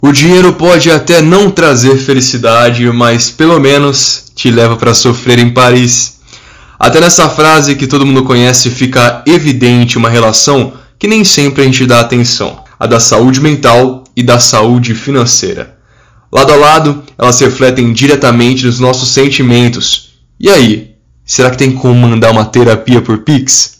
O dinheiro pode até não trazer felicidade, mas pelo menos te leva para sofrer em Paris. Até nessa frase que todo mundo conhece fica evidente uma relação que nem sempre a gente dá atenção, a da saúde mental e da saúde financeira. Lado a lado, elas refletem diretamente nos nossos sentimentos. E aí, será que tem como mandar uma terapia por Pix?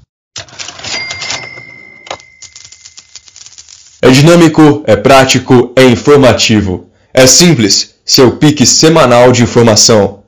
É dinâmico, é prático, é informativo. É simples, seu Pix semanal de informação.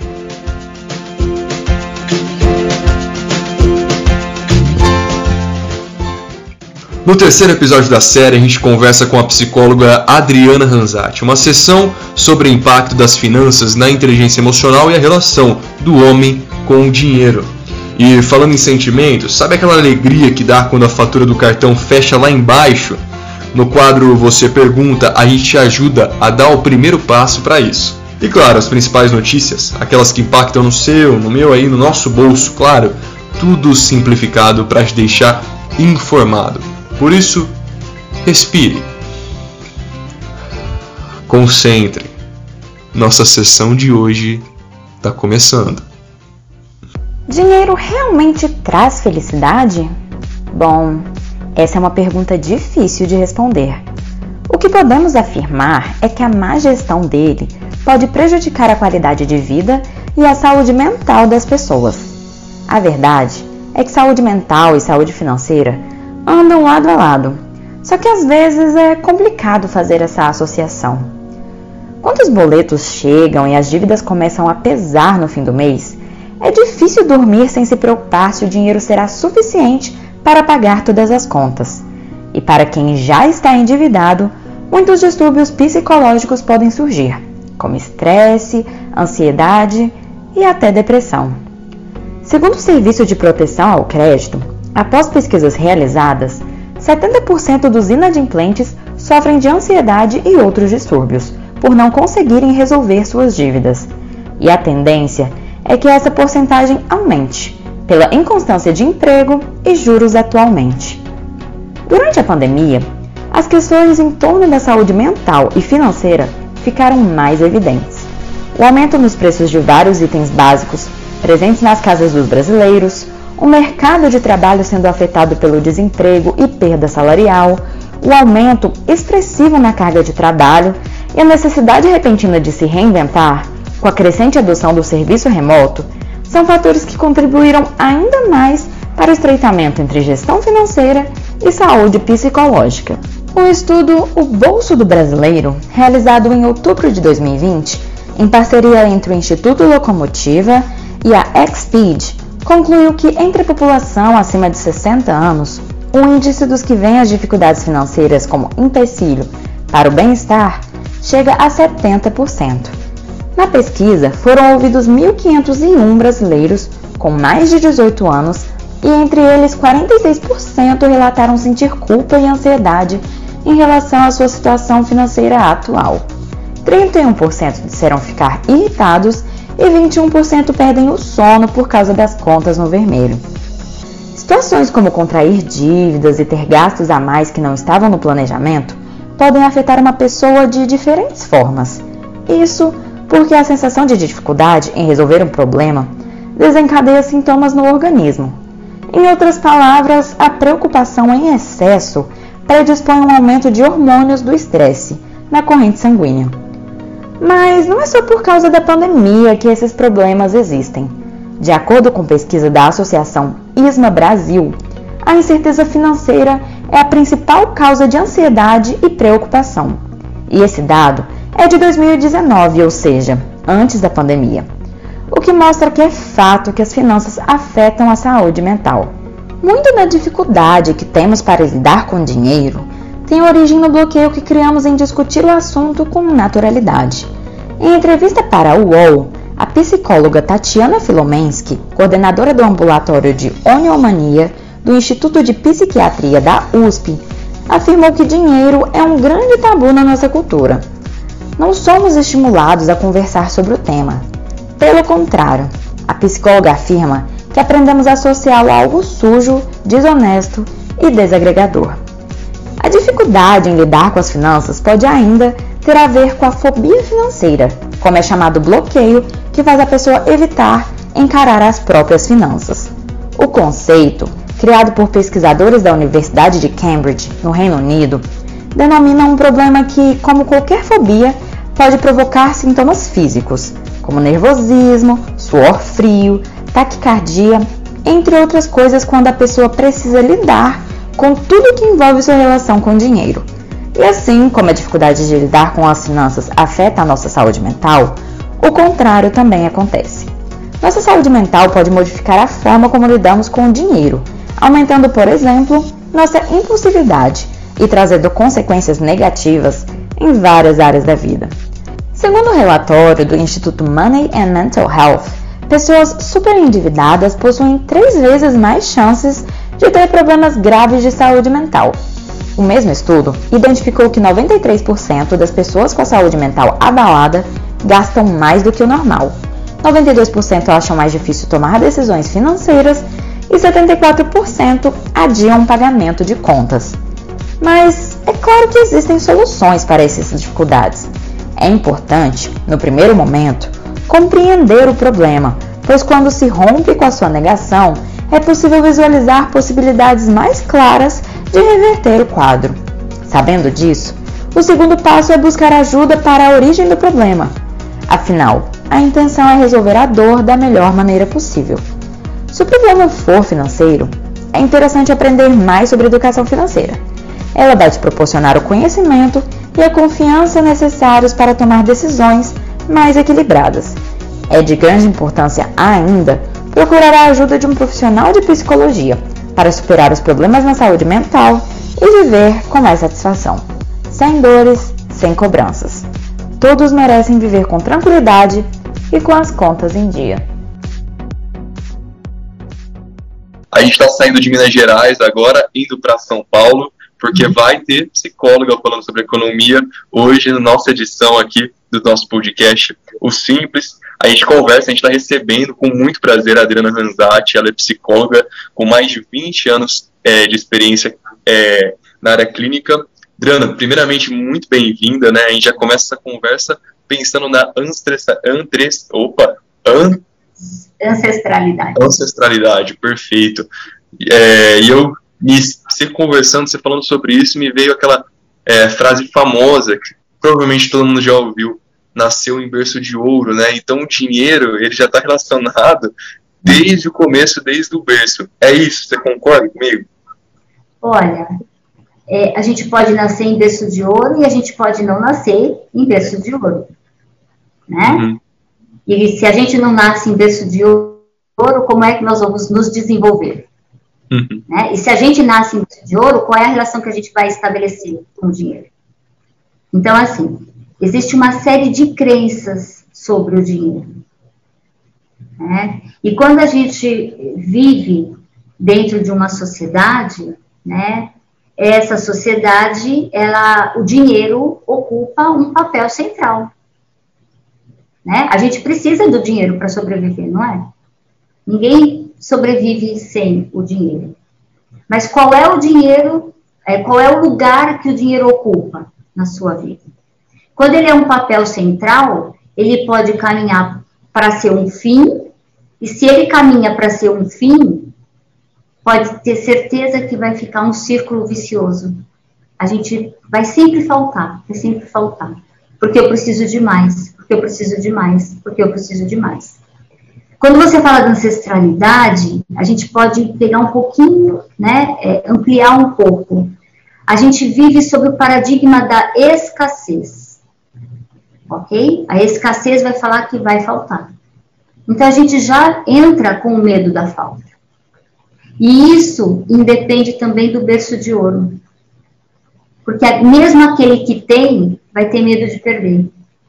No terceiro episódio da série, a gente conversa com a psicóloga Adriana Ranzati, uma sessão sobre o impacto das finanças na inteligência emocional e a relação do homem com o dinheiro. E falando em sentimentos, sabe aquela alegria que dá quando a fatura do cartão fecha lá embaixo? No quadro Você Pergunta, a gente te ajuda a dar o primeiro passo para isso. E claro, as principais notícias, aquelas que impactam no seu, no meu aí, no nosso bolso, claro, tudo simplificado para te deixar informado. Por isso, respire. Concentre. Nossa sessão de hoje está começando. Dinheiro realmente traz felicidade? Bom, essa é uma pergunta difícil de responder. O que podemos afirmar é que a má gestão dele pode prejudicar a qualidade de vida e a saúde mental das pessoas. A verdade é que saúde mental e saúde financeira andam lado a lado, só que às vezes é complicado fazer essa associação. Quando os boletos chegam e as dívidas começam a pesar no fim do mês, é difícil dormir sem se preocupar se o dinheiro será suficiente para pagar todas as contas. E para quem já está endividado, muitos distúrbios psicológicos podem surgir, como estresse, ansiedade e até depressão. Segundo o Serviço de Proteção ao Crédito, após pesquisas realizadas, 70% dos inadimplentes sofrem de ansiedade e outros distúrbios, por não conseguirem resolver suas dívidas. E a tendência é que essa porcentagem aumente, pela inconstância de emprego e juros atualmente. Durante a pandemia, as questões em torno da saúde mental e financeira ficaram mais evidentes. O aumento nos preços de vários itens básicos presentes nas casas dos brasileiros, o mercado de trabalho sendo afetado pelo desemprego e perda salarial, o aumento expressivo na carga de trabalho e a necessidade repentina de se reinventar, com a crescente adoção do serviço remoto, são fatores que contribuíram ainda mais para o estreitamento entre gestão financeira e saúde psicológica. O estudo O Bolso do Brasileiro, realizado em outubro de 2020, em parceria entre o Instituto Locomotiva e a Expeed, concluiu que entre a população acima de 60 anos, o índice dos que veem as dificuldades financeiras como empecilho para o bem-estar chega a 70%. Na pesquisa, foram ouvidos 1.501 brasileiros com mais de 18 anos e entre eles 46% relataram sentir culpa e ansiedade em relação à sua situação financeira atual. 31% disseram ficar irritados e 21% perdem o sono por causa das contas no vermelho. Situações como contrair dívidas e ter gastos a mais que não estavam no planejamento podem afetar uma pessoa de diferentes formas. Isso porque a sensação de dificuldade em resolver um problema desencadeia sintomas no organismo. Em outras palavras, a preocupação em excesso predispõe um aumento de hormônios do estresse na corrente sanguínea. Mas não é só por causa da pandemia que esses problemas existem. De acordo com pesquisa da Associação ISMA Brasil, a incerteza financeira é a principal causa de ansiedade e preocupação. E esse dado é de 2019, ou seja, antes da pandemia, o que mostra que é fato que as finanças afetam a saúde mental. Muito da dificuldade que temos para lidar com o dinheiro tem origem no bloqueio que criamos em discutir o assunto com naturalidade. Em entrevista para a UOL, a psicóloga Tatiana Filomensky, coordenadora do ambulatório de oniomania do Instituto de Psiquiatria da USP, afirmou que dinheiro é um grande tabu na nossa cultura. Não somos estimulados a conversar sobre o tema. Pelo contrário, a psicóloga afirma que aprendemos a associá-lo a algo sujo, desonesto e desagregador. A dificuldade em lidar com as finanças pode ainda ter a ver com a fobia financeira, como é chamado bloqueio que faz a pessoa evitar encarar as próprias finanças. O conceito, criado por pesquisadores da Universidade de Cambridge, no Reino Unido, denomina um problema que, como qualquer fobia, pode provocar sintomas físicos, como nervosismo, suor frio, taquicardia, entre outras coisas quando a pessoa precisa lidar com tudo que envolve sua relação com o dinheiro. E assim como a dificuldade de lidar com as finanças afeta a nossa saúde mental, o contrário também acontece. Nossa saúde mental pode modificar a forma como lidamos com o dinheiro, aumentando, por exemplo, nossa impulsividade e trazendo consequências negativas em várias áreas da vida. Segundo o relatório do Instituto Money and Mental Health, pessoas superendividadas possuem 3 vezes mais chances de ter problemas graves de saúde mental. O mesmo estudo identificou que 93% das pessoas com a saúde mental abalada gastam mais do que o normal. 92% acham mais difícil tomar decisões financeiras e 74% adiam o pagamento de contas. Mas é claro que existem soluções para essas dificuldades. É importante, no primeiro momento, compreender o problema, pois quando se rompe com a sua negação, é possível visualizar possibilidades mais claras de reverter o quadro. Sabendo disso, o segundo passo é buscar ajuda para a origem do problema. Afinal, a intenção é resolver a dor da melhor maneira possível. Se o problema for financeiro, é interessante aprender mais sobre educação financeira. Ela vai te proporcionar o conhecimento e a confiança necessários para tomar decisões mais equilibradas. É de grande importância ainda procurar a ajuda de um profissional de psicologia para superar os problemas na saúde mental e viver com mais satisfação, sem dores, sem cobranças. Todos merecem viver com tranquilidade e com as contas em dia. A gente está saindo de Minas Gerais agora, indo para São Paulo, porque vai ter psicóloga falando sobre economia hoje na nossa edição aqui do nosso podcast, O Simples. A gente conversa, a gente está recebendo com muito prazer a Adriana Ranzati. Ela é psicóloga com mais de 20 anos de experiência na área clínica. Adriana, primeiramente, muito bem-vinda, né? A gente já começa essa conversa pensando na ancestralidade, perfeito. E você conversando, você falando sobre isso, me veio aquela frase famosa, que provavelmente todo mundo já ouviu: nasceu em berço de ouro, né? Então o dinheiro, ele já está relacionado desde o começo, desde o berço. É isso, você concorda comigo? Olha, a gente pode nascer em berço de ouro e a gente pode não nascer em berço de ouro, né? Uhum. E se a gente não nasce em berço de ouro, como é que nós vamos nos desenvolver? Uhum. Né? E se a gente nasce em berço de ouro, qual é a relação que a gente vai estabelecer com o dinheiro? Então, assim, existe uma série de crenças sobre o dinheiro, né? E quando a gente vive dentro de uma sociedade, né, essa sociedade, o dinheiro ocupa um papel central, né? A gente precisa do dinheiro para sobreviver, não é? Ninguém sobrevive sem o dinheiro. Mas qual é o dinheiro, qual é o lugar que o dinheiro ocupa na sua vida? Quando ele é um papel central, ele pode caminhar para ser um fim, e se ele caminha para ser um fim, pode ter certeza que vai ficar um círculo vicioso. A gente vai sempre faltar, porque eu preciso de mais, porque eu preciso de mais, porque eu preciso de mais. Quando você fala de ancestralidade, a gente pode pegar um pouquinho, né, ampliar um pouco. A gente vive sob o paradigma da escassez, ok? A escassez vai falar que vai faltar. Então a gente já entra com o medo da falta. E isso independe também do berço de ouro. Porque mesmo aquele que tem, vai ter medo de perder.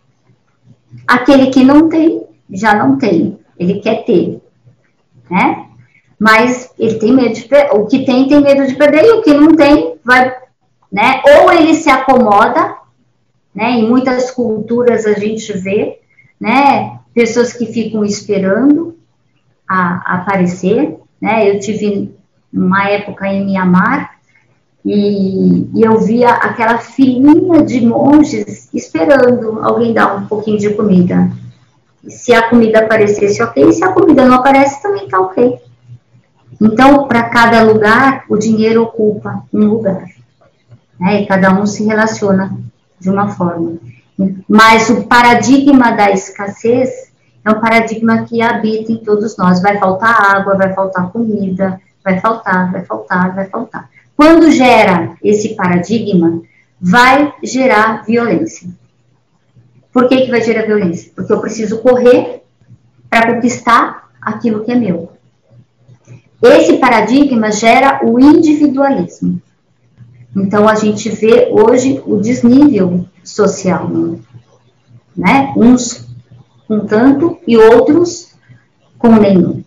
Aquele que não tem, já não tem. Ele quer ter, né? Mas ele tem medo de perder. O que tem medo de perder, e o que não tem, vai, né? Ou ele se acomoda, né? Em muitas culturas a gente vê, né, pessoas que ficam esperando a aparecer, né? Eu tive uma época em Mianmar, E eu via aquela filinha de monges esperando alguém dar um pouquinho de comida. Se a comida aparecesse, ok. Se a comida não aparece, também está ok. Então, para cada lugar, o dinheiro ocupa um lugar. Né? E cada um se relaciona de uma forma. Mas o paradigma da escassez é um paradigma que habita em todos nós. Vai faltar água, vai faltar comida, vai faltar, vai faltar, vai faltar. Quando gera esse paradigma, vai gerar violência. Por que vai gerar violência? Porque eu preciso correr para conquistar aquilo que é meu. Esse paradigma gera o individualismo. Então, a gente vê hoje o desnível social, né? Uns com tanto e outros com nenhum.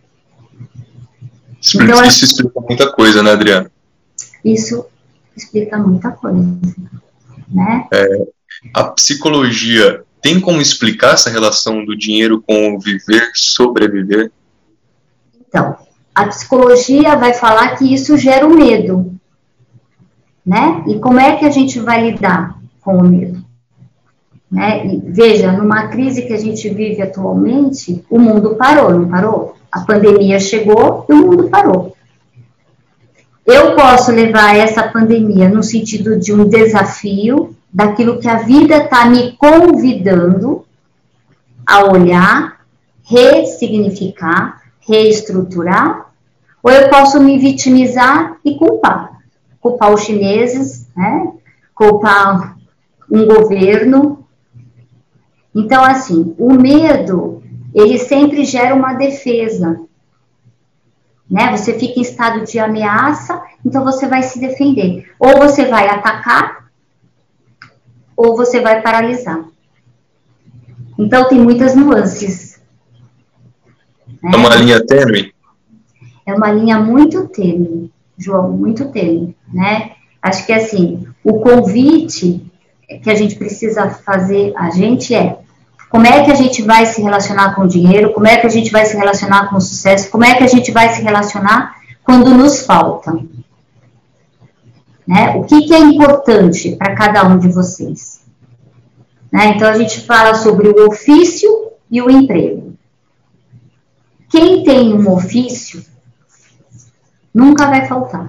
Então, isso explica muita coisa, né, Adriana? Isso explica muita coisa, né? A psicologia tem como explicar essa relação do dinheiro com o viver, sobreviver? Então, a psicologia vai falar que isso gera o medo, né? E como é que a gente vai lidar com o medo? Né? E veja, numa crise que a gente vive atualmente, o mundo parou, não parou? A pandemia chegou e o mundo parou. Eu posso levar essa pandemia no sentido de um desafio, daquilo que a vida está me convidando a olhar, ressignificar, reestruturar, ou eu posso me vitimizar e culpar. Culpar os chineses, né? Culpar um governo. Então, assim, o medo, ele sempre gera uma defesa. Né? Você fica em estado de ameaça, então você vai se defender. Ou você vai atacar, ou você vai paralisar. Então, tem muitas nuances. Né? É uma linha tênue? É uma linha muito tênue, João, muito tênue, né? Acho que, assim, o convite que a gente precisa fazer a gente é: como é que a gente vai se relacionar com o dinheiro? Como é que a gente vai se relacionar com o sucesso? Como é que a gente vai se relacionar quando nos falta? Né? O que é importante para cada um de vocês? Né? Então, a gente fala sobre o ofício e o emprego. Quem tem um ofício nunca vai faltar.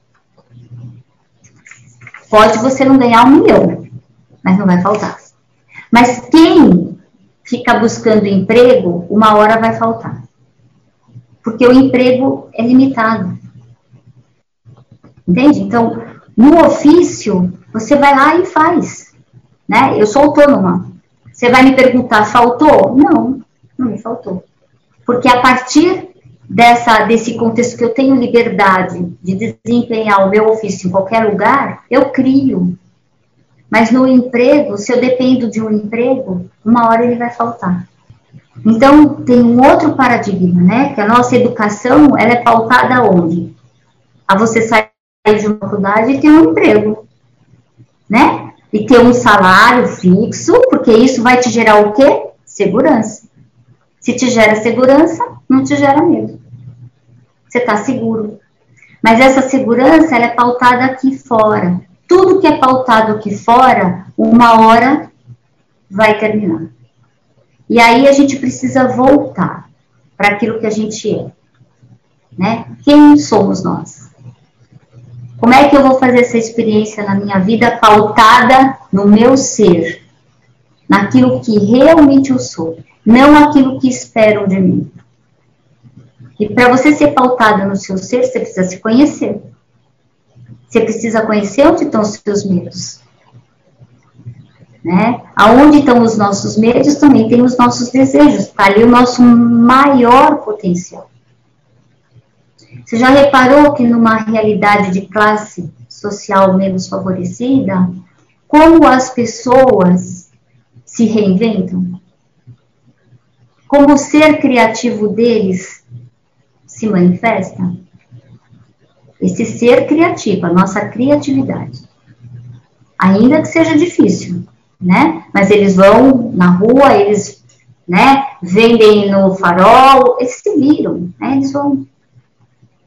Pode você não ganhar 1 milhão, mas não vai faltar. Mas quem fica buscando emprego, uma hora vai faltar. Porque o emprego é limitado. Entende? Então, no ofício, você vai lá e faz. Né? Eu sou autônoma. Você vai me perguntar, faltou? Não, não me faltou. Porque a partir desse contexto que eu tenho liberdade de desempenhar o meu ofício em qualquer lugar, eu crio. Mas no emprego, se eu dependo de um emprego, uma hora ele vai faltar. Então, tem um outro paradigma, né? Que a nossa educação, ela é pautada onde? A você sair de uma faculdade e ter um emprego, né? E ter um salário fixo, porque isso vai te gerar o quê? Segurança. Se te gera segurança, não te gera medo. Você está seguro. Mas essa segurança, ela é pautada aqui fora. Tudo que é pautado aqui fora, uma hora vai terminar. E aí a gente precisa voltar para aquilo que a gente é. Né? Quem somos nós? Como é que eu vou fazer essa experiência na minha vida pautada no meu ser? Naquilo que realmente eu sou. Não aquilo que esperam de mim. E para você ser pautada no seu ser, você precisa se conhecer. Você precisa conhecer onde estão os seus medos. Né? Aonde estão os nossos medos, também tem os nossos desejos. Está ali o nosso maior potencial. Você já reparou que numa realidade de classe social menos favorecida, como as pessoas se reinventam? Como o ser criativo deles se manifesta? Esse ser criativo, a nossa criatividade. Ainda que seja difícil, né? Mas eles vão na rua, eles, né, vendem no farol, eles se viram, né? Eles vão.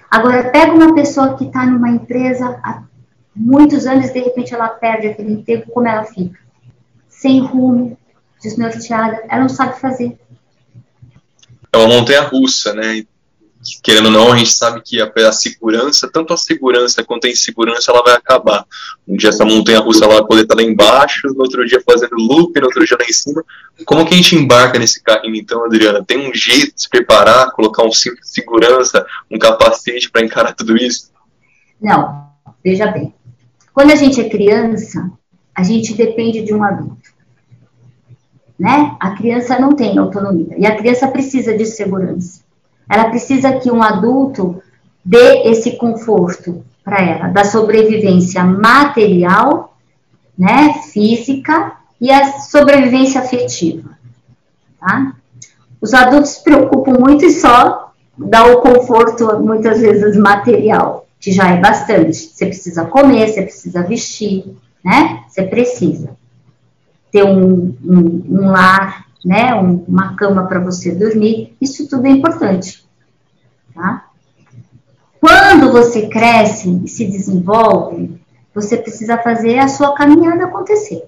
Agora, pega uma pessoa que está numa empresa há muitos anos, de repente ela perde aquele emprego, como ela fica? Sem rumo, desnorteada, ela não sabe fazer. É uma montanha-russa, né? Querendo ou não, a gente sabe que a segurança, tanto a segurança quanto a insegurança, ela vai acabar. Um dia essa montanha-russa ela vai poder estar lá embaixo, no outro dia fazendo loop, no outro dia lá em cima. Como que a gente embarca nesse carrinho, então, Adriana? Tem um jeito de se preparar, colocar um cinto de segurança, um capacete para encarar tudo isso? Não, veja bem. Quando a gente é criança, a gente depende de um adulto. Né? A criança não tem autonomia. E a criança precisa de segurança. Ela precisa que um adulto dê esse conforto para ela, da sobrevivência material, né, física, e a sobrevivência afetiva. Tá? Os adultos se preocupam muito em só dar o conforto, muitas vezes, material, que já é bastante. Você precisa comer, você precisa vestir, né? Você precisa ter um lar, né, uma cama para você dormir, isso tudo é importante. Tá? Quando você cresce e se desenvolve, você precisa fazer a sua caminhada acontecer.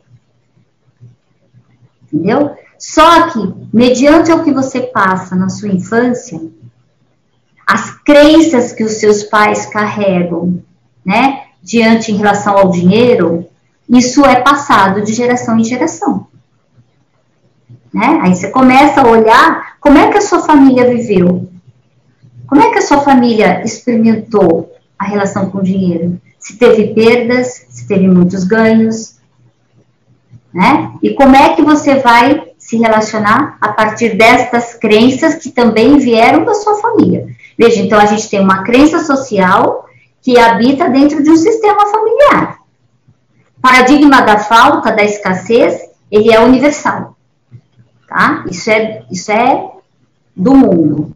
Entendeu? Só que, mediante o que você passa na sua infância, as crenças que os seus pais carregam, né, diante em relação ao dinheiro, isso é passado de geração em geração. Né? Aí você começa a olhar como é que a sua família viveu. Como é que a sua família experimentou a relação com o dinheiro? Se teve perdas, se teve muitos ganhos. Né? E como é que você vai se relacionar a partir destas crenças que também vieram da sua família? Veja, então a gente tem uma crença social que habita dentro de um sistema familiar. O paradigma da falta, da escassez, ele é universal. Tá? Isso é do mundo.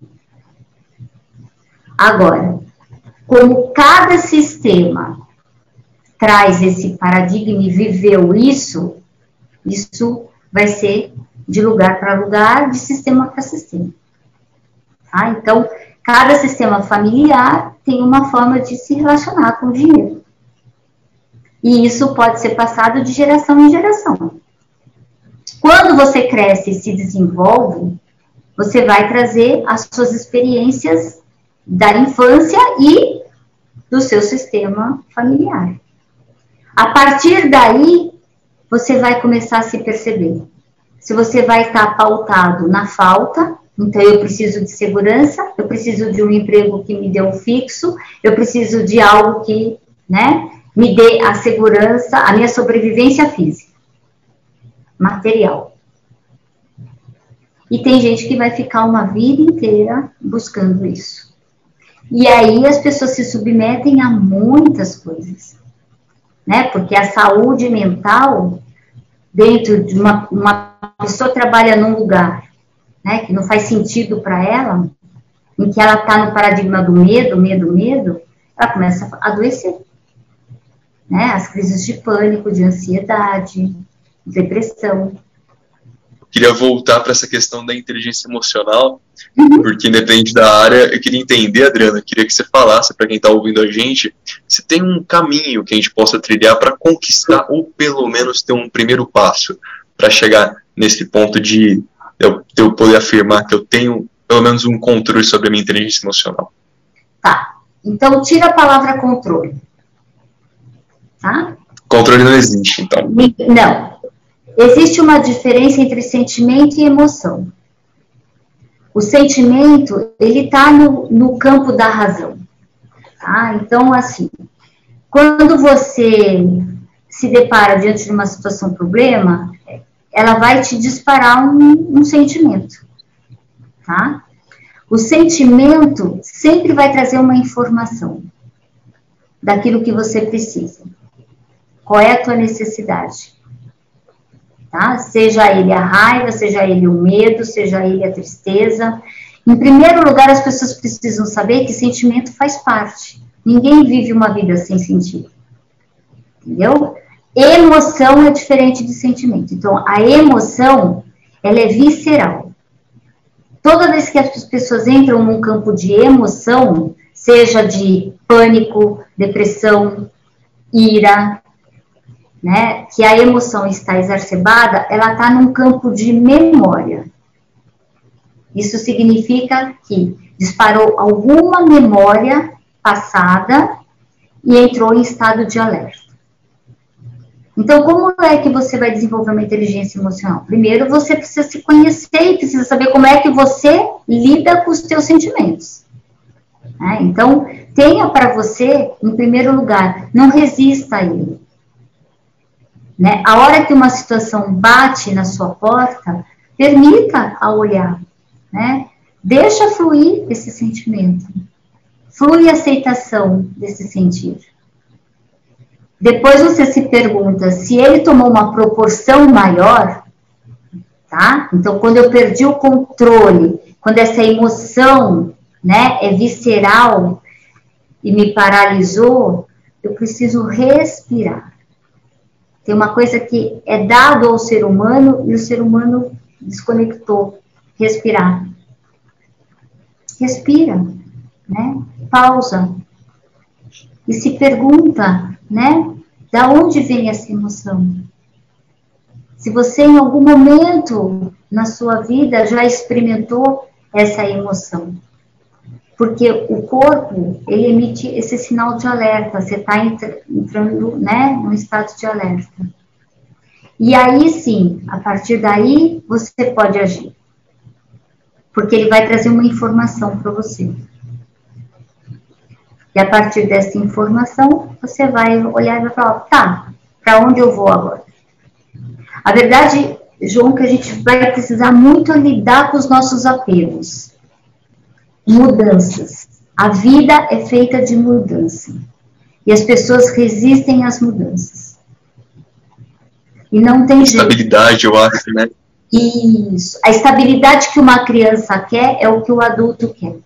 Agora, como cada sistema traz esse paradigma e viveu isso vai ser de lugar para lugar, de sistema para sistema. Tá? Então, cada sistema familiar tem uma forma de se relacionar com o dinheiro. E isso pode ser passado de geração em geração. Quando você cresce e se desenvolve, você vai trazer as suas experiências da infância e do seu sistema familiar. A partir daí, você vai começar a se perceber. Se você vai estar pautado na falta, então eu preciso de segurança, eu preciso de um emprego que me dê um fixo, eu preciso de algo que, né, me dê a segurança, a minha sobrevivência física, material. E tem gente que vai ficar uma vida inteira buscando isso. E aí as pessoas se submetem a muitas coisas, né? Porque a saúde mental, dentro de uma pessoa trabalha num lugar, né, que não faz sentido para ela, em que ela está no paradigma do medo, ela começa a adoecer. Né? As crises de pânico, de ansiedade, depressão. Queria voltar para essa questão da inteligência emocional, porque independente da área, eu queria entender, Adriana, queria que você falasse para quem está ouvindo a gente, se tem um caminho que a gente possa trilhar para conquistar, ou pelo menos ter um primeiro passo, para chegar nesse ponto de eu poder afirmar que eu tenho pelo menos um controle sobre a minha inteligência emocional. Tá, então tira a palavra controle. Tá? Controle não existe, então. Não. Existe uma diferença entre sentimento e emoção. O sentimento, ele está no campo da razão. Tá? Então, assim, quando você se depara diante de uma situação problema, ela vai te disparar um sentimento. Tá? O sentimento sempre vai trazer uma informação daquilo que você precisa. Qual é a tua necessidade? Tá? Seja ele a raiva, seja ele o medo, seja ele a tristeza. Em primeiro lugar, as pessoas precisam saber que sentimento faz parte. Ninguém vive uma vida sem sentir. Entendeu? Emoção é diferente de sentimento. Então, a emoção, ela é visceral. Toda vez que as pessoas entram num campo de emoção, seja de pânico, depressão, ira, né? Que a emoção está exacerbada, ela está num campo de memória. Isso significa que disparou alguma memória passada e entrou em estado de alerta. Então, como é que você vai desenvolver uma inteligência emocional? Primeiro, você precisa se conhecer e precisa saber como é que você lida com os seus sentimentos. Né? Então, tenha para você, em primeiro lugar, não resista a ele. Né? A hora que uma situação bate na sua porta, permita a olhar. Né? Deixa fluir esse sentimento. Flui a aceitação desse sentir. Depois você se pergunta se ele tomou uma proporção maior, tá? Então, quando eu perdi o controle, quando essa emoção, né, é visceral e me paralisou, eu preciso respirar. Tem uma coisa que é dado ao ser humano e o ser humano desconectou. Respirar. Respira, né? Pausa. E se pergunta, né? Da onde vem essa emoção? Se você em algum momento na sua vida já experimentou essa emoção. Porque o corpo, ele emite esse sinal de alerta. Você está entrando, né, num estado de alerta. E aí sim, a partir daí, você pode agir. Porque ele vai trazer uma informação para você. E a partir dessa informação, você vai olhar e vai falar, tá, para onde eu vou agora? A verdade, João, que a gente vai precisar muito lidar com os nossos apegos. Mudanças. A vida é feita de mudança. E as pessoas resistem às mudanças. E não tem estabilidade, jeito. Eu acho, né? Isso. A estabilidade que uma criança quer é o que o adulto quer.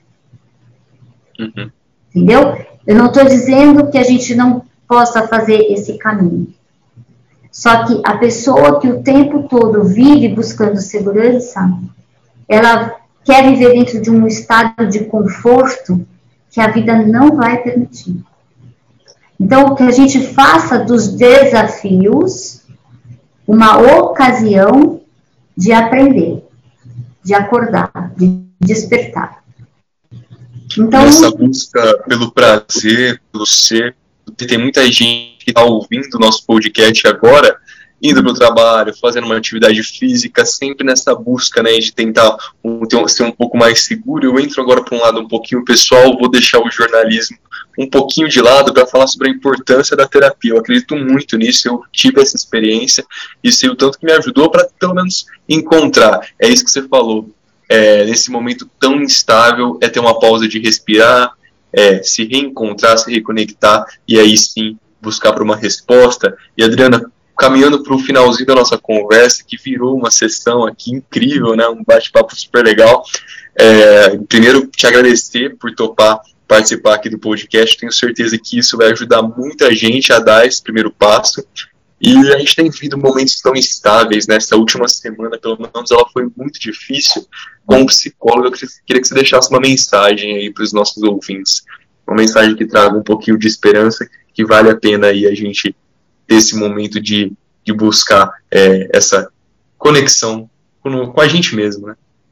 Uhum. Entendeu? Eu não estou dizendo que a gente não possa fazer esse caminho. Só que a pessoa que o tempo todo vive buscando segurança, ela quer viver dentro de um estado de conforto que a vida não vai permitir. Então, que a gente faça dos desafios uma ocasião de aprender, de acordar, de despertar. Então, essa busca pelo prazer, pelo ser, tem muita gente que está ouvindo o nosso podcast agora, indo para o trabalho, fazendo uma atividade física, sempre nessa busca, né, de tentar ser um pouco mais seguro. Eu entro agora para um lado um pouquinho pessoal, vou deixar o jornalismo um pouquinho de lado para falar sobre a importância da terapia. Eu acredito muito nisso, eu tive essa experiência e sei o tanto que me ajudou para pelo menos encontrar. É isso que você falou. Nesse momento tão instável, é ter uma pausa de respirar, se reencontrar, se reconectar e aí sim buscar por uma resposta. E Adriana, caminhando para o finalzinho da nossa conversa, que virou uma sessão aqui incrível, né? Um bate-papo super legal. Primeiro, te agradecer por topar participar aqui do podcast. Tenho certeza que isso vai ajudar muita gente a dar esse primeiro passo. E a gente tem vivido momentos tão instáveis, né? Essa última semana, pelo menos, ela foi muito difícil. Como psicólogo, eu queria que você deixasse uma mensagem aí para os nossos ouvintes. Uma mensagem que traga um pouquinho de esperança, que vale a pena aí a gente ter esse momento de buscar essa conexão com a gente mesmo,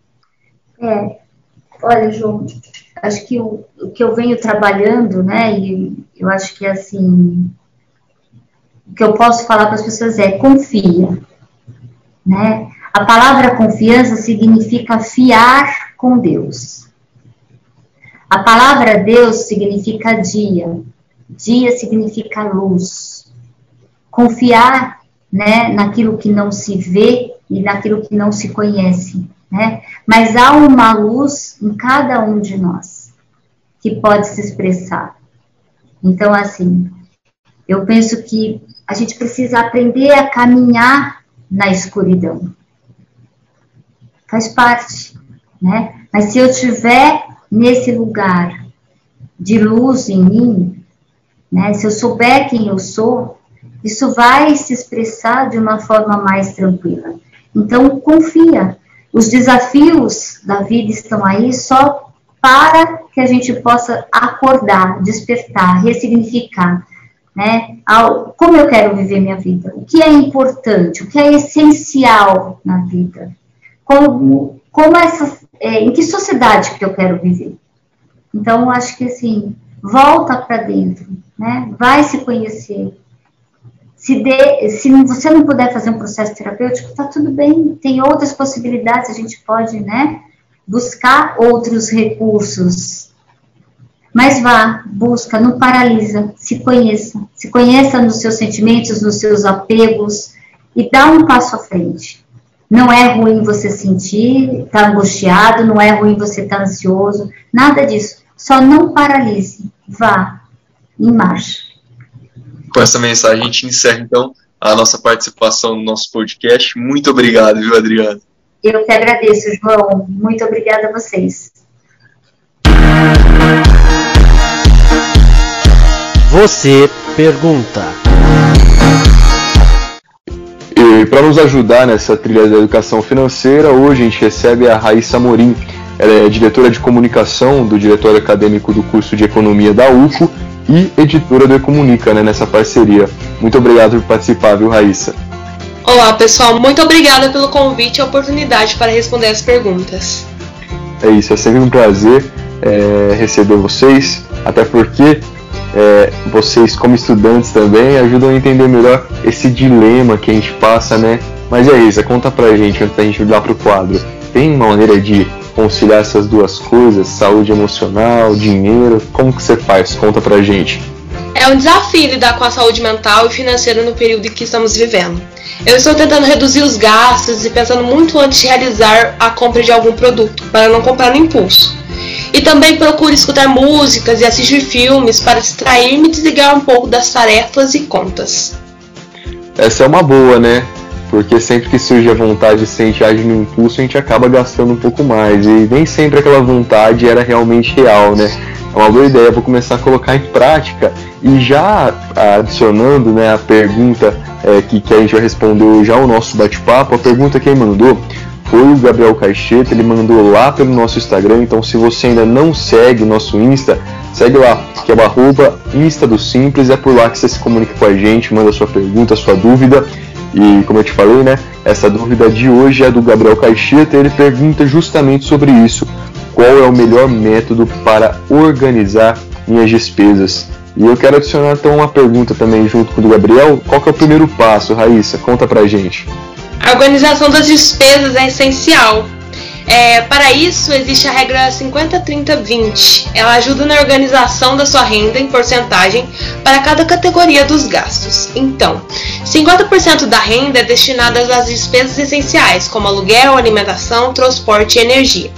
né? Olha, João, acho que o que eu venho trabalhando, né? E eu acho que, assim, o que eu posso falar para as pessoas é confia, né? A palavra confiança significa fiar com Deus. A palavra Deus significa dia. Dia significa luz. Confiar, né, naquilo que não se vê e naquilo que não se conhece, né? Mas há uma luz em cada um de nós que pode se expressar. Então, assim, eu penso que a gente precisa aprender a caminhar na escuridão. Faz parte, né? Mas se eu estiver nesse lugar de luz em mim, né? Se eu souber quem eu sou, isso vai se expressar de uma forma mais tranquila. Então, confia. Os desafios da vida estão aí só para que a gente possa acordar, despertar, ressignificar, né? Como eu quero viver minha vida, o que é importante, o que é essencial na vida, em que sociedade que eu quero viver. Então, acho que assim, volta para dentro, né? Vai se conhecer. Se você não puder fazer um processo terapêutico, tá tudo bem, tem outras possibilidades, a gente pode, né, buscar outros recursos. Mas vá, busca, não paralisa, se conheça nos seus sentimentos, nos seus apegos e dá um passo à frente. Não é ruim você sentir, estar angustiado, não é ruim você estar ansioso, nada disso. Só não paralise, vá em marcha. Com essa mensagem a gente encerra então a nossa participação no nosso podcast. Muito obrigado, viu, Adriana? Eu que agradeço, João. Muito obrigada a vocês. Você pergunta. E para nos ajudar nessa trilha da educação financeira, hoje a gente recebe a Raíssa Amorim. Ela é diretora de comunicação do Diretório Acadêmico do curso de Economia da UFO e editora do Ecomunica, né, nessa parceria. Muito obrigado por participar, viu, Raíssa? Olá, pessoal. Muito obrigada pelo convite e a oportunidade para responder as perguntas. É isso, é sempre um prazer receber vocês, até porque vocês, como estudantes também, ajudam a entender melhor esse dilema que a gente passa, né? Mas Raíssa, conta pra gente, antes da gente olhar pro quadro, tem uma maneira de conciliar essas duas coisas, saúde emocional, dinheiro, como que você faz? Conta pra gente. É um desafio lidar com a saúde mental e financeira no período em que estamos vivendo. Eu estou tentando reduzir os gastos e pensando muito antes de realizar a compra de algum produto, para não comprar no impulso. E também procuro escutar músicas e assistir filmes para distrair-me e desligar um pouco das tarefas e contas. Essa é uma boa, né? Porque sempre que surge a vontade, se a gente age no impulso, a gente acaba gastando um pouco mais. E nem sempre aquela vontade era realmente real, né? É uma boa ideia, vou começar a colocar em prática. E já adicionando, né, a pergunta que a gente vai responder já ao nosso bate-papo, a pergunta que ele mandou foi o Gabriel Caixeta, ele mandou lá pelo nosso Instagram. Então, se você ainda não segue o nosso Insta, segue lá, que é o @InstaDoSimples, é por lá que você se comunica com a gente, manda sua pergunta, sua dúvida. E como eu te falei, né, essa dúvida de hoje é do Gabriel Caixeta, ele pergunta justamente sobre isso. Qual é o melhor método para organizar minhas despesas? E eu quero adicionar então uma pergunta também junto com o do Gabriel. Qual que é o primeiro passo, Raíssa? Conta pra gente. A organização das despesas é essencial. Para isso, existe a regra 50-30-20. Ela ajuda na organização da sua renda em porcentagem para cada categoria dos gastos. Então, 50% da renda é destinada às despesas essenciais, como aluguel, alimentação, transporte e energia.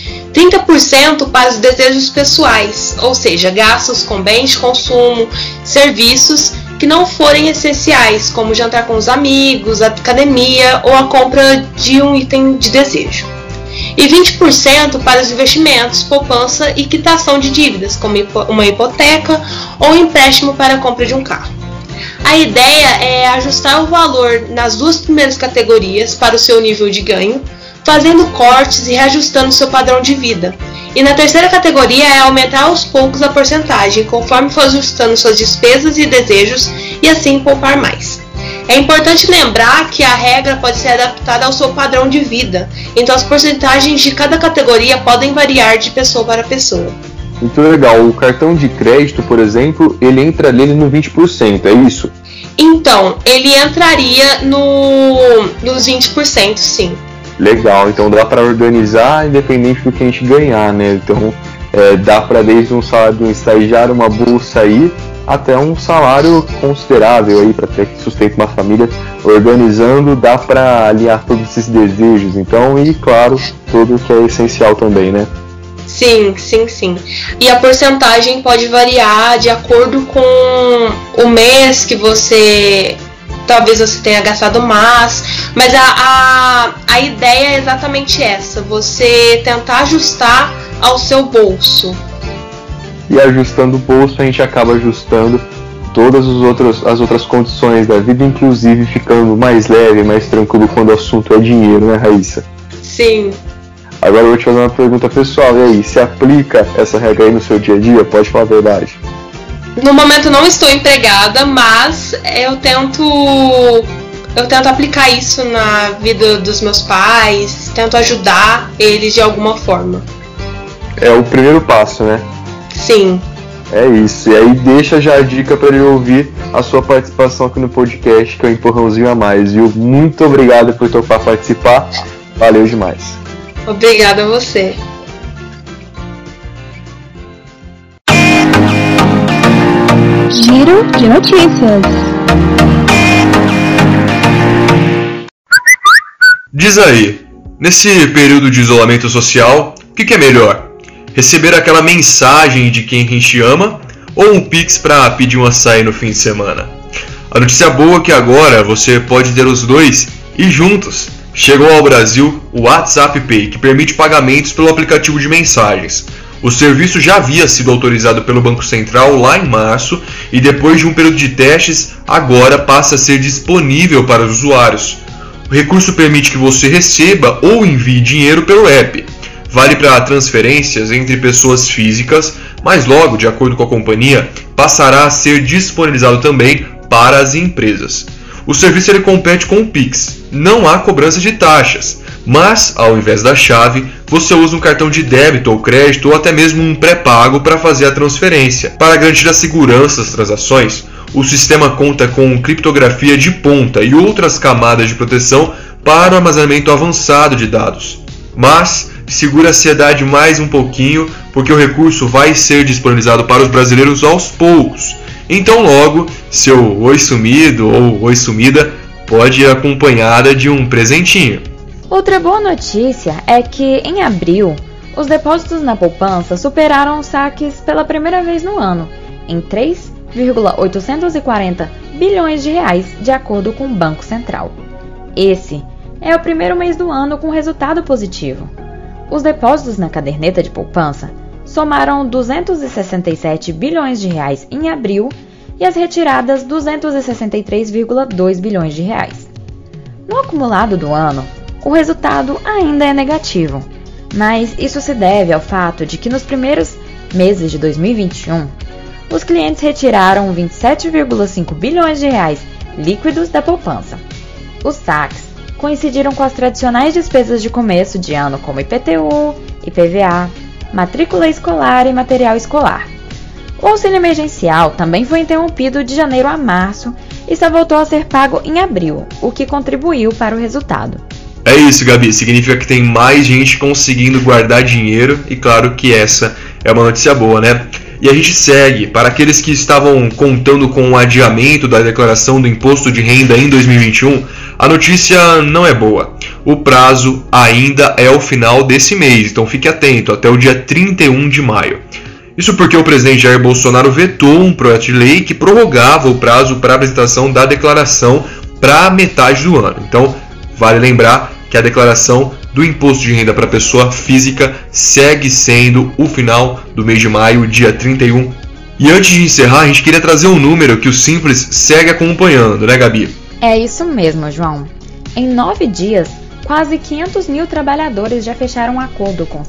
30% para os desejos pessoais, ou seja, gastos com bens de consumo, serviços que não forem essenciais, como jantar com os amigos, academia ou a compra de um item de desejo. E 20% para os investimentos, poupança e quitação de dívidas, como uma hipoteca ou empréstimo para a compra de um carro. A ideia é ajustar o valor nas duas primeiras categorias para o seu nível de ganho, fazendo cortes e reajustando seu padrão de vida. E na terceira categoria é aumentar aos poucos a porcentagem, conforme for ajustando suas despesas e desejos, e assim poupar mais. É importante lembrar que a regra pode ser adaptada ao seu padrão de vida, então as porcentagens de cada categoria podem variar de pessoa para pessoa. Muito legal. O cartão de crédito, por exemplo, ele entra nele no 20%, é isso? Então, ele entraria nos 20%, sim. Legal, então dá para organizar independente do que a gente ganhar, né? Então dá para desde um salário de um estagiário, uma bolsa aí, até um salário considerável aí para ter que sustentar uma família. Organizando, dá para alinhar todos esses desejos, então, e claro, tudo que é essencial também, né? Sim. E a porcentagem pode variar de acordo com o mês que talvez você tenha gastado mais, mas a ideia é exatamente essa, você tentar ajustar ao seu bolso. E ajustando o bolso, a gente acaba ajustando todas as outras condições da vida, inclusive ficando mais leve, mais tranquilo quando o assunto é dinheiro, né, Raíssa? Sim. Agora eu vou te fazer uma pergunta pessoal, e aí, se aplica essa regra aí no seu dia a dia? Pode falar a verdade. No momento não estou empregada, mas eu tento aplicar isso na vida dos meus pais, tento ajudar eles de alguma forma. É o primeiro passo, né? Sim. É isso, e aí deixa já a dica para ele ouvir a sua participação aqui no podcast, que é um empurrãozinho a mais, viu? Muito obrigado por topar participar, valeu demais. Obrigada a você. Giro de notícias. Diz aí, nesse período de isolamento social, o que é melhor? Receber aquela mensagem de quem a gente ama ou um Pix para pedir um açaí no fim de semana? A notícia boa é que agora você pode ter os dois e juntos. Chegou ao Brasil o WhatsApp Pay, que permite pagamentos pelo aplicativo de mensagens. O serviço já havia sido autorizado pelo Banco Central lá em março e depois de um período de testes, agora passa a ser disponível para os usuários. O recurso permite que você receba ou envie dinheiro pelo app. Vale para transferências entre pessoas físicas, mas logo, de acordo com a companhia, passará a ser disponibilizado também para as empresas. O serviço ele compete com o Pix. Não há cobrança de taxas, mas ao invés da chave, você usa um cartão de débito ou crédito ou até mesmo um pré-pago para fazer a transferência. Para garantir a segurança das transações, o sistema conta com criptografia de ponta e outras camadas de proteção para o armazenamento avançado de dados. Mas segura a ansiedade mais um pouquinho, porque o recurso vai ser disponibilizado para os brasileiros aos poucos. Então logo, seu oi sumido ou oi sumida pode ir acompanhada de um presentinho. Outra boa notícia é que, em abril, os depósitos na poupança superaram os saques pela primeira vez no ano, em 3,840 bilhões de reais, de acordo com o Banco Central. Esse é o primeiro mês do ano com resultado positivo. Os depósitos na caderneta de poupança somaram 267 bilhões de reais em abril e as retiradas 263,2 bilhões de reais. No acumulado do ano, o resultado ainda é negativo, mas isso se deve ao fato de que nos primeiros meses de 2021, os clientes retiraram 27,5 bilhões de reais líquidos da poupança. Os saques coincidiram com as tradicionais despesas de começo de ano como IPTU, IPVA, matrícula escolar e material escolar. O auxílio emergencial também foi interrompido de janeiro a março e só voltou a ser pago em abril, o que contribuiu para o resultado. É isso, Gabi, significa que tem mais gente conseguindo guardar dinheiro e claro que essa é uma notícia boa, né? E a gente segue. Para aqueles que estavam contando com o adiamento da declaração do imposto de renda em 2021, a notícia não é boa. O prazo ainda é o final desse mês, então fique atento, até o dia 31 de maio. Isso porque o presidente Jair Bolsonaro vetou um projeto de lei que prorrogava o prazo para apresentação da declaração para metade do ano. Então, vale lembrar que a declaração do imposto de renda para pessoa física segue sendo o final do mês de maio, dia 31. E antes de encerrar, a gente queria trazer um número que o Simples segue acompanhando, né, Gabi? É isso mesmo, João. Em 9 dias, quase 500 mil trabalhadores já fecharam um acordo com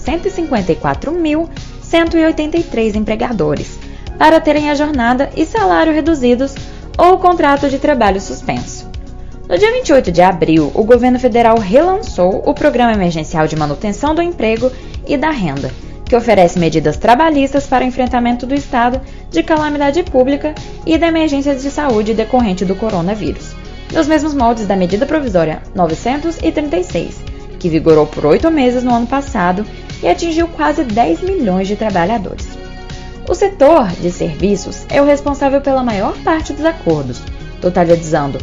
154.183 empregadores para terem a jornada e salário reduzidos ou o contrato de trabalho suspenso. No dia 28 de abril, o governo federal relançou o Programa Emergencial de Manutenção do Emprego e da Renda, que oferece medidas trabalhistas para o enfrentamento do estado de calamidade pública e da emergência de saúde decorrente do coronavírus, nos mesmos moldes da medida provisória 936, que vigorou por 8 meses no ano passado e atingiu quase 10 milhões de trabalhadores. O setor de serviços é o responsável pela maior parte dos acordos, totalizando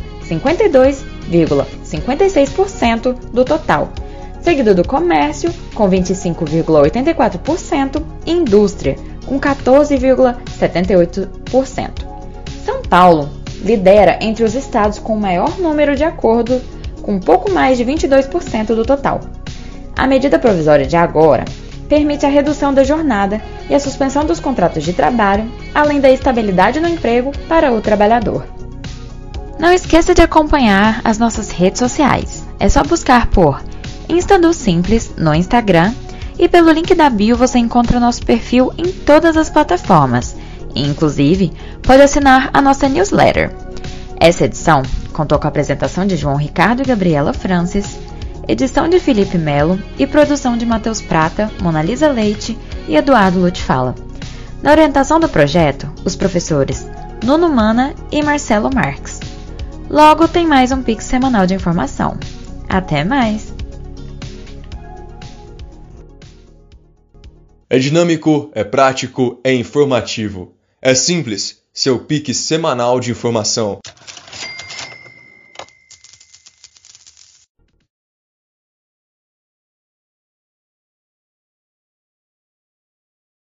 52,56% do total, seguido do comércio, com 25,84%, e indústria, com 14,78%. São Paulo lidera entre os estados com o maior número de acordos, com pouco mais de 22% do total. A medida provisória de agora permite a redução da jornada e a suspensão dos contratos de trabalho, além da estabilidade no emprego para o trabalhador. Não esqueça de acompanhar as nossas redes sociais. É só buscar por Insta do Simples no Instagram E pelo link da bio você encontra o nosso perfil em todas as plataformas. E, inclusive, pode assinar a nossa newsletter. Essa edição contou com a apresentação de João Ricardo e Gabriela Francis, edição de Felipe Melo e produção de Matheus Prata, Monalisa Leite e Eduardo Lutfala. Na orientação do projeto, os professores Nuno Mana e Marcelo Marques. Logo tem mais um Pix semanal de informação. Até mais! É dinâmico, é prático, é informativo. É simples, seu Pix semanal de informação.